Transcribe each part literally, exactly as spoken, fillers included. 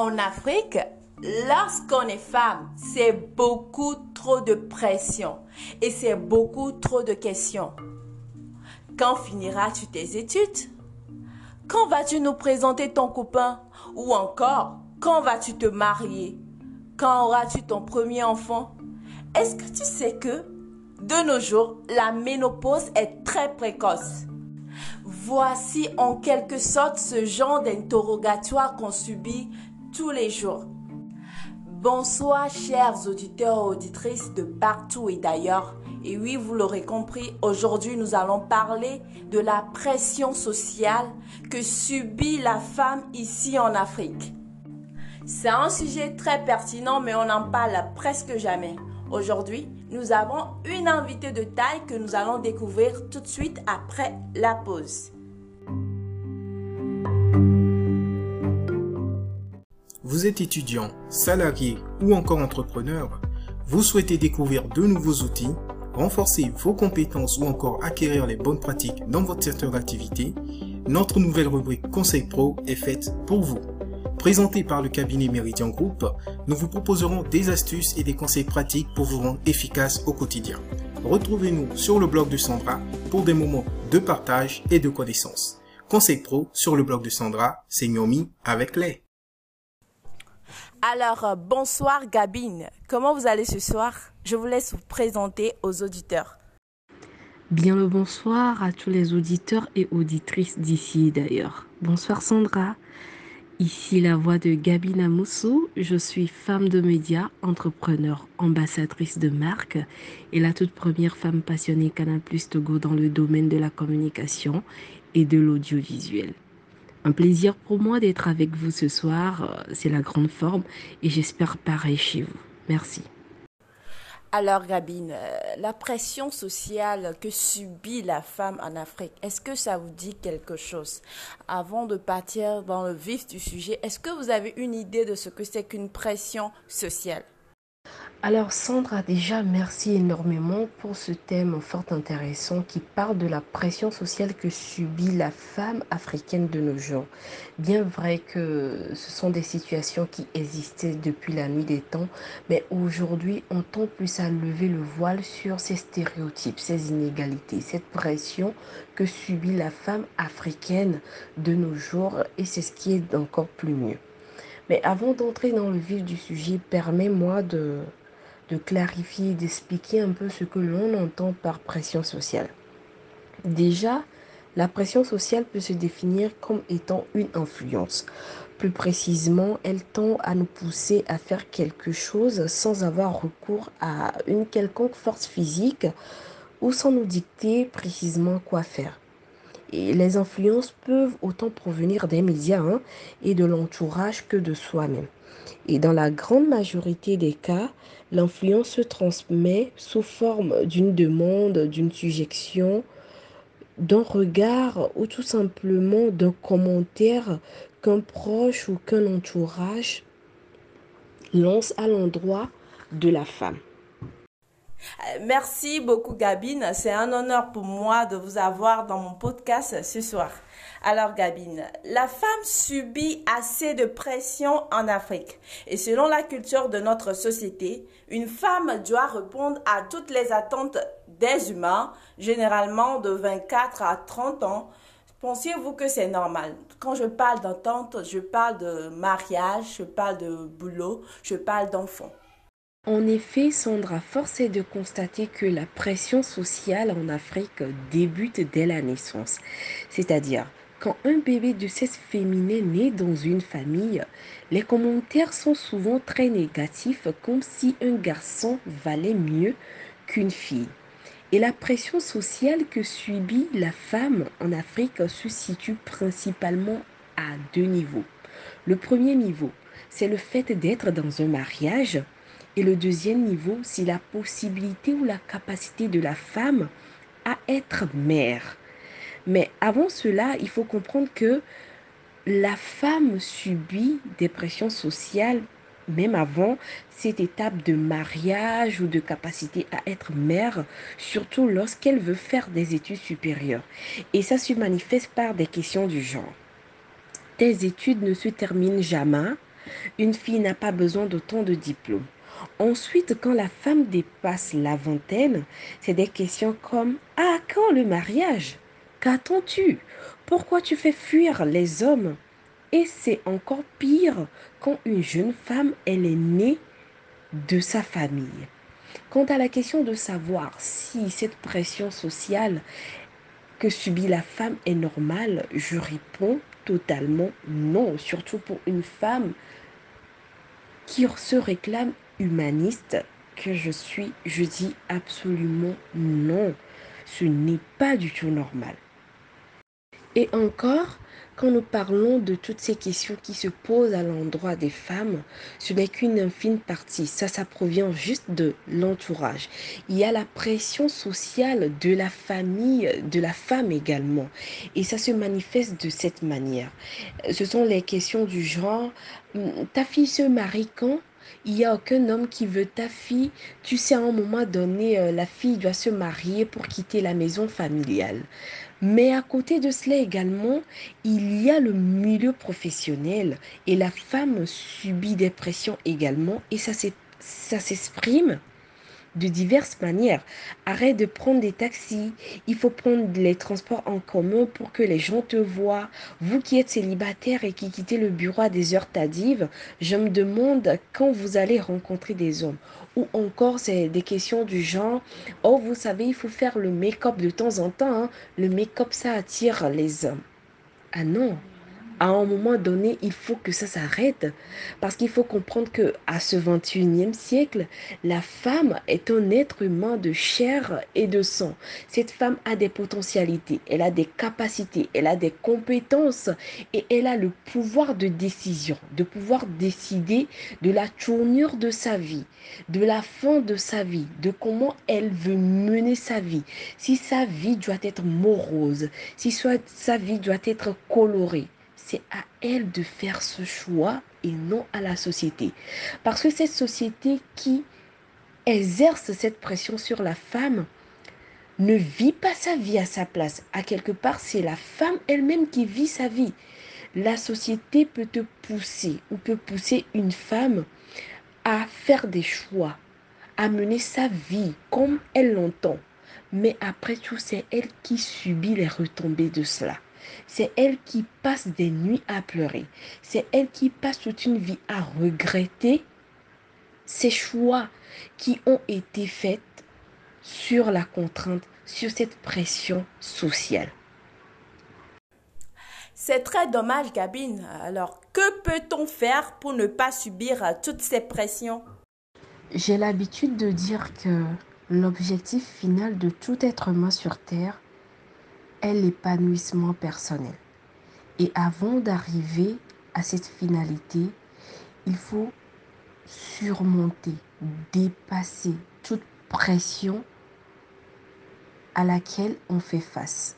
En Afrique, lorsqu'on est femme, c'est beaucoup trop de pression et c'est beaucoup trop de questions. Quand finiras-tu tes études? Quand vas-tu nous présenter ton copain? Ou encore, quand vas-tu te marier? Quand auras-tu ton premier enfant? Est-ce que tu sais que, de nos jours, la ménopause est très précoce? Voici en quelque sorte ce genre d'interrogatoire qu'on subit tous les jours. Bonsoir chers auditeurs et auditrices de partout et d'ailleurs. Et oui, vous l'aurez compris, aujourd'hui nous allons parler de la pression sociale que subit la femme ici en Afrique. C'est un sujet très pertinent mais on n'en parle presque jamais. Aujourd'hui, nous avons une invitée de taille que nous allons découvrir tout de suite après la pause. Vous êtes étudiant, salarié ou encore entrepreneur, vous souhaitez découvrir de nouveaux outils, renforcer vos compétences ou encore acquérir les bonnes pratiques dans votre secteur d'activité, notre nouvelle rubrique Conseil Pro est faite pour vous. Présentée par le cabinet Méridien Group, nous vous proposerons des astuces et des conseils pratiques pour vous rendre efficace au quotidien. Retrouvez-nous sur le blog de Sandra pour des moments de partage et de connaissances. Conseil Pro sur le blog de Sandra, c'est Gnomi avec les. Alors, bonsoir Gabine. Comment vous allez ce soir? Je vous laisse vous présenter aux auditeurs. Bien le bonsoir à tous les auditeurs et auditrices d'ici et d'ailleurs. Bonsoir Sandra. Ici la voix de Gabine Amoussou. Je suis femme de médias, entrepreneur, ambassadrice de marque et la toute première femme passionnée Canal Plus Togo dans le domaine de la communication et de l'audiovisuel. Un plaisir pour moi d'être avec vous ce soir, c'est la grande forme et j'espère pareil chez vous. Merci. Alors Gabine, la pression sociale que subit la femme en Afrique, est-ce que ça vous dit quelque chose? Avant de partir dans le vif du sujet, est-ce que vous avez une idée de ce que c'est qu'une pression sociale? Alors Sandra, déjà merci énormément pour ce thème fort intéressant qui parle de la pression sociale que subit la femme africaine de nos jours. Bien vrai que ce sont des situations qui existaient depuis la nuit des temps, mais aujourd'hui on tend plus à lever le voile sur ces stéréotypes, ces inégalités, cette pression que subit la femme africaine de nos jours et c'est ce qui est encore plus mieux. Mais avant d'entrer dans le vif du sujet, permets-moi de... de clarifier et d'expliquer un peu ce que l'on entend par pression sociale. Déjà, la pression sociale peut se définir comme étant une influence. Plus précisément, elle tend à nous pousser à faire quelque chose sans avoir recours à une quelconque force physique ou sans nous dicter précisément quoi faire. Et les influences peuvent autant provenir des médias hein, et de l'entourage que de soi-même. Et dans la grande majorité des cas, l'influence se transmet sous forme d'une demande, d'une suggestion, d'un regard ou tout simplement d'un commentaire qu'un proche ou qu'un entourage lance à l'endroit de la femme. Merci beaucoup Gabine, c'est un honneur pour moi de vous avoir dans mon podcast ce soir. Alors Gabine, la femme subit assez de pression en Afrique et selon la culture de notre société, une femme doit répondre à toutes les attentes des humains, généralement de vingt-quatre à trente ans. Pensez-vous que c'est normal? Quand je parle d'attente, je parle de mariage, je parle de boulot, je parle d'enfants. En effet, Sandra, force est de constater que la pression sociale en Afrique débute dès la naissance. C'est-à-dire, quand un bébé de sexe féminin naît dans une famille, les commentaires sont souvent très négatifs, comme si un garçon valait mieux qu'une fille. Et la pression sociale que subit la femme en Afrique se situe principalement à deux niveaux. Le premier niveau, c'est le fait d'être dans un mariage. Et le deuxième niveau, c'est la possibilité ou la capacité de la femme à être mère. Mais avant cela, il faut comprendre que la femme subit des pressions sociales même avant cette étape de mariage ou de capacité à être mère, surtout lorsqu'elle veut faire des études supérieures. Et ça se manifeste par des questions du genre. Tes études ne se terminent jamais. Une fille n'a pas besoin d'autant de diplômes. Ensuite, quand la femme dépasse la vingtaine, c'est des questions comme: à quand le mariage? Qu'attends-tu? Pourquoi tu fais fuir les hommes? Et c'est encore pire quand une jeune femme, elle est née de sa famille. Quant à la question de savoir si cette pression sociale que subit la femme est normale, je réponds totalement non, surtout pour une femme qui se réclame humaniste que je suis. Je dis absolument non, ce n'est pas du tout normal. Et encore, quand nous parlons de toutes ces questions qui se posent à l'endroit des femmes, ce n'est qu'une infime partie. Ça, ça provient juste de l'entourage. Il y a la pression sociale de la famille, de la femme également. Et ça se manifeste de cette manière. Ce sont les questions du genre: ta fille se marie quand? Il n'y a aucun homme qui veut ta fille. Tu sais, à un moment donné, la fille doit se marier pour quitter la maison familiale. Mais à côté de cela également, il y a le milieu professionnel et la femme subit des pressions également et ça s'exprime de diverses manières. Arrête de prendre des taxis, il faut prendre les transports en commun pour que les gens te voient. Vous qui êtes célibataire et qui quittez le bureau à des heures tardives, je me demande quand vous allez rencontrer des hommes. Ou encore, c'est des questions du genre: oh, vous savez, il faut faire le make-up de temps en temps, hein. Le make-up, ça attire les hommes. Ah non! À un moment donné, il faut que ça s'arrête parce qu'il faut comprendre que à ce vingt et unième siècle, la femme est un être humain de chair et de sang. Cette femme a des potentialités, elle a des capacités, elle a des compétences et elle a le pouvoir de décision, de pouvoir décider de la tournure de sa vie, de la fin de sa vie, de comment elle veut mener sa vie. Si sa vie doit être morose, si soit sa vie doit être colorée. C'est à elle de faire ce choix et non à la société. Parce que cette société qui exerce cette pression sur la femme ne vit pas sa vie à sa place. À quelque part, c'est la femme elle-même qui vit sa vie. La société peut te pousser ou peut pousser une femme à faire des choix, à mener sa vie comme elle l'entend. Mais après tout, c'est elle qui subit les retombées de cela. C'est elle qui passe des nuits à pleurer. C'est elle qui passe toute une vie à regretter ces choix qui ont été faits sur la contrainte, sur cette pression sociale. C'est très dommage, Gabine. Alors, que peut-on faire pour ne pas subir toutes ces pressions? J'ai l'habitude de dire que l'objectif final de tout être humain sur Terre est l'épanouissement personnel. Et avant d'arriver à cette finalité, il faut surmonter, dépasser toute pression à laquelle on fait face.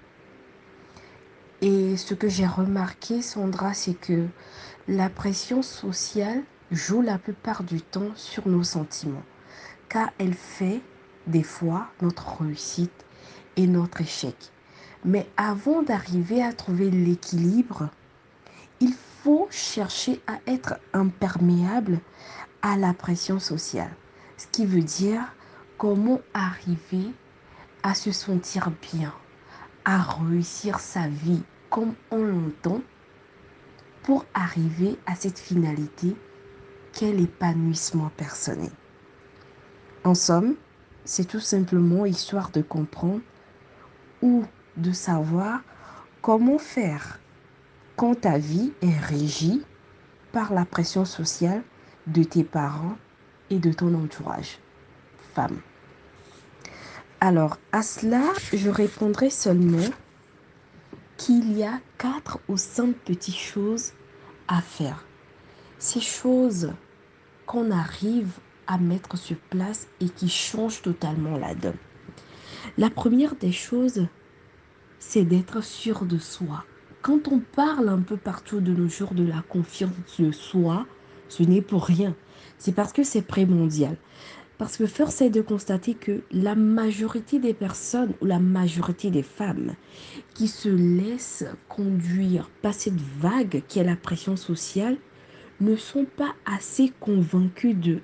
Et ce que j'ai remarqué, Sandra, c'est que la pression sociale joue la plupart du temps sur nos sentiments, car elle fait des fois notre réussite et notre échec. Mais avant d'arriver à trouver l'équilibre, il faut chercher à être imperméable à la pression sociale. Ce qui veut dire comment arriver à se sentir bien, à réussir sa vie comme on l'entend pour arriver à cette finalité qu'est l'épanouissement personnel. En somme, c'est tout simplement histoire de comprendre ou de savoir comment faire quand ta vie est régie par la pression sociale de tes parents et de ton entourage, femme. Alors, à cela, je répondrai seulement qu'il y a quatre ou cinq petites choses à faire. Ces choses qu'on arrive à mettre sur place et qui changent totalement la donne. La première des choses, c'est d'être sûr de soi. Quand on parle un peu partout de nos jours de la confiance de soi, ce n'est pour rien. C'est parce que c'est primordial. Parce que force est de constater que la majorité des personnes ou la majorité des femmes qui se laissent conduire par cette vague qui est la pression sociale ne sont pas assez convaincus de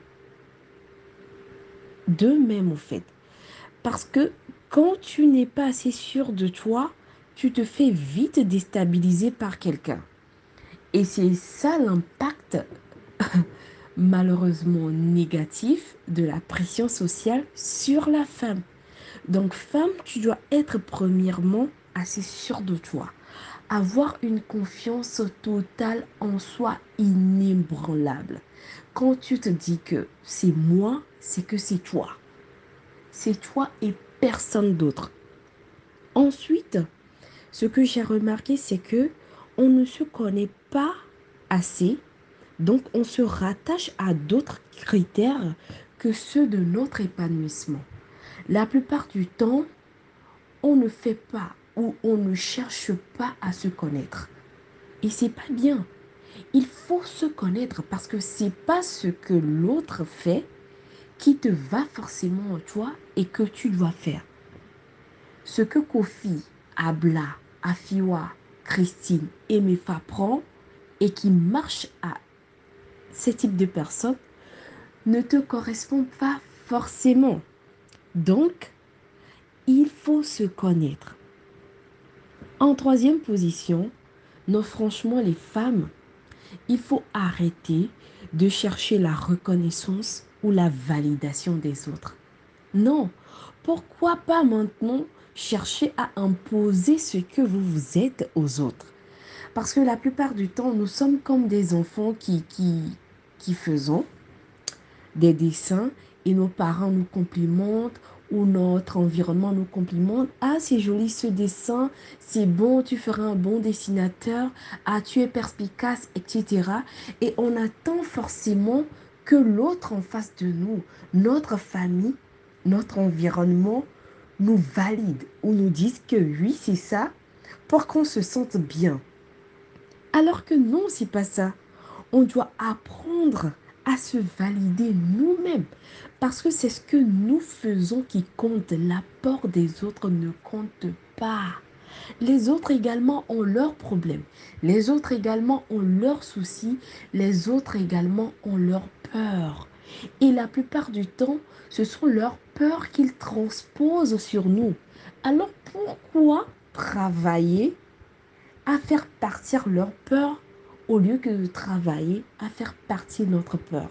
d'eux-mêmes, au fait. Parce que quand tu n'es pas assez sûr de toi, tu te fais vite déstabiliser par quelqu'un. Et c'est ça l'impact malheureusement négatif de la pression sociale sur la femme. Donc femme, tu dois être premièrement assez sûre de toi. Avoir une confiance totale en soi inébranlable. Quand tu te dis que c'est moi, c'est que c'est toi. C'est toi et personne d'autre. Ensuite, ce que j'ai remarqué, c'est que on ne se connaît pas assez, donc on se rattache à d'autres critères que ceux de notre épanouissement. La plupart du temps, on ne fait pas ou on ne cherche pas à se connaître. Et c'est pas bien. Il faut se connaître parce que c'est pas ce que l'autre fait qui te va forcément toi et que tu dois faire. Ce que Kofi, Abla, Afiwa, Christine et Mefa prend et qui marche à ce type de personnes ne te correspond pas forcément. Donc, il faut se connaître. En troisième position, non franchement les femmes, il faut arrêter de chercher la reconnaissance ou la validation des autres. Non, pourquoi pas maintenant chercher à imposer ce que vous vous êtes aux autres? Parce que la plupart du temps, nous sommes comme des enfants qui, qui, qui faisons des dessins et nos parents nous complimentent ou notre environnement nous complimente. Ah, c'est joli ce dessin, c'est bon, tu feras un bon dessinateur, ah, tu es perspicace, et cetera. Et on attend forcément que l'autre en face de nous, notre famille, notre environnement, nous valide ou nous dise que oui, c'est ça, pour qu'on se sente bien. Alors que non, c'est pas ça. On doit apprendre à se valider nous-mêmes. Parce que c'est ce que nous faisons qui compte. L'apport des autres ne compte pas. Les autres également ont leurs problèmes. Les autres également ont leurs soucis. Les autres également ont leurs peurs. Et la plupart du temps, ce sont leurs peurs qu'ils transposent sur nous. Alors pourquoi travailler à faire partir leurs peurs au lieu que de travailler à faire partie de notre peur?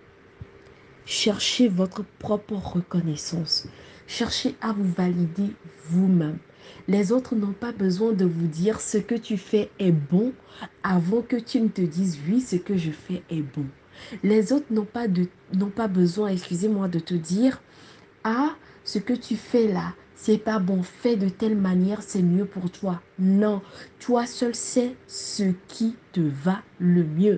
Cherchez votre propre reconnaissance. Cherchez à vous valider vous-même. Les autres n'ont pas besoin de vous dire ce que tu fais est bon avant que tu ne te dises oui, ce que je fais est bon. Les autres n'ont pas, de, n'ont pas besoin, excusez-moi, de te dire ah, ce que tu fais là, c'est pas bon, fais de telle manière, c'est mieux pour toi. Non, toi seul sais ce qui te va le mieux.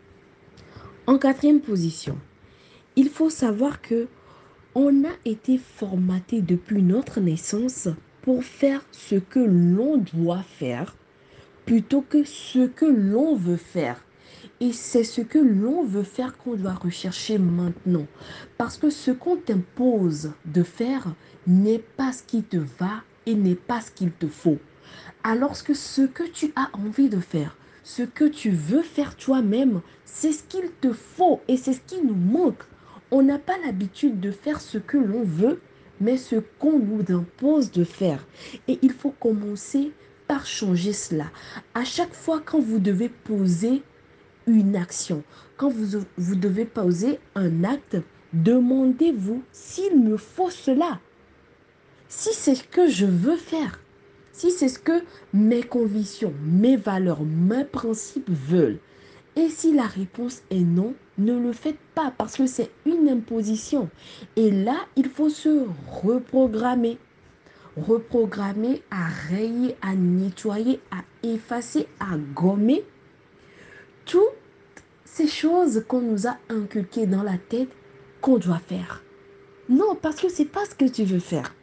En quatrième position, il faut savoir que on a été formaté depuis notre naissance pour faire ce que l'on doit faire plutôt que ce que l'on veut faire. Et c'est ce que l'on veut faire qu'on doit rechercher maintenant. Parce que ce qu'on t'impose de faire n'est pas ce qui te va et n'est pas ce qu'il te faut. Alors que ce que tu as envie de faire, ce que tu veux faire toi-même, c'est ce qu'il te faut et c'est ce qui nous manque. On n'a pas l'habitude de faire ce que l'on veut, mais ce qu'on nous impose de faire. Et il faut commencer par changer cela. À chaque fois quand vous devez poser une action, quand vous, vous devez poser un acte, demandez-vous s'il me faut cela. Si c'est ce que je veux faire, si c'est ce que mes convictions, mes valeurs, mes principes veulent. Et si la réponse est non, ne le faites pas parce que c'est une imposition. Et là, il faut se reprogrammer. Reprogrammer à rayer, à nettoyer, à effacer, à gommer toutes ces choses qu'on nous a inculquées dans la tête qu'on doit faire. Non, parce que c'est pas ce que tu veux faire.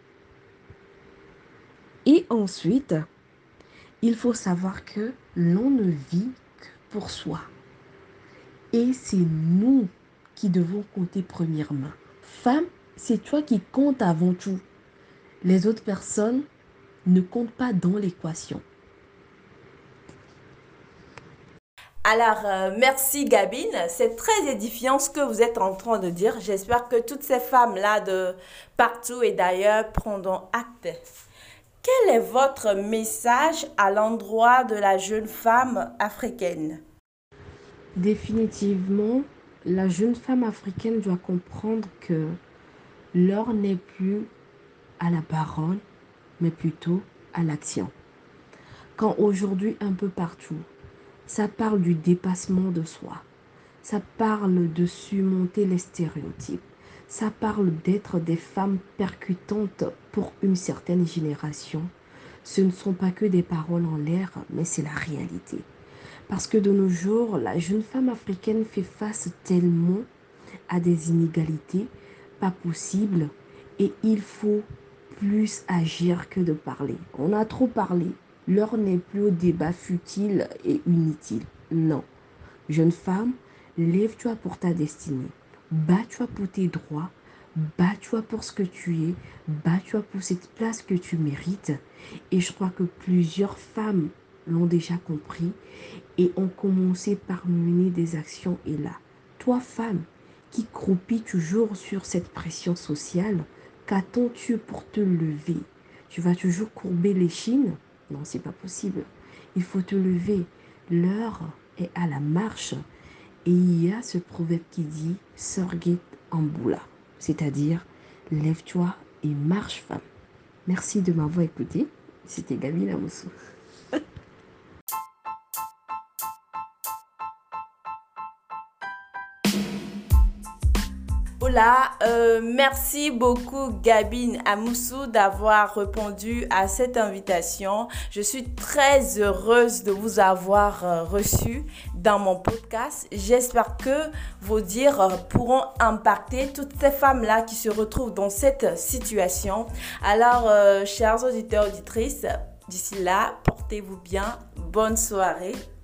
Et ensuite, il faut savoir que l'on ne vit que pour soi. Et c'est nous qui devons compter premièrement. Femme, c'est toi qui comptes avant tout. Les autres personnes ne comptent pas dans l'équation. Alors, euh, merci Gabine. C'est très édifiant ce que vous êtes en train de dire. J'espère que toutes ces femmes-là de partout et d'ailleurs prendront acte. Quel est votre message à l'endroit de la jeune femme africaine? Définitivement, la jeune femme africaine doit comprendre que l'heure n'est plus à la parole, mais plutôt à l'action. Quand aujourd'hui, un peu partout, ça parle du dépassement de soi, ça parle de surmonter les stéréotypes, ça parle d'être des femmes percutantes pour une certaine génération. Ce ne sont pas que des paroles en l'air, mais c'est la réalité. Parce que de nos jours, la jeune femme africaine fait face tellement à des inégalités pas possibles et il faut plus agir que de parler. On a trop parlé. L'heure n'est plus au débat futile et inutile. Non. Jeune femme, lève-toi pour ta destinée. Bats-toi pour tes droits. Bats-toi pour ce que tu es. Bats-toi pour cette place que tu mérites. Et je crois que plusieurs femmes l'ont déjà compris et ont commencé par mener des actions. Et là, toi femme qui croupis toujours sur cette pression sociale, qu'attends-tu pour te lever? Tu vas toujours courber l'échine? Non, c'est pas possible. Il faut te lever. L'heure est à la marche. Et il y a ce proverbe qui dit « Sorgit Amboula », c'est-à-dire « Lève-toi et marche, femme ». Merci de m'avoir écouté. C'était Gabine Amoussou. Hola, euh, merci beaucoup Gabine Amoussou d'avoir répondu à cette invitation. Je suis très heureuse de vous avoir euh, reçu dans mon podcast. J'espère que vos dires euh, pourront impacter toutes ces femmes-là qui se retrouvent dans cette situation. Alors, euh, chers auditeurs, auditrices, d'ici là, portez-vous bien. Bonne soirée.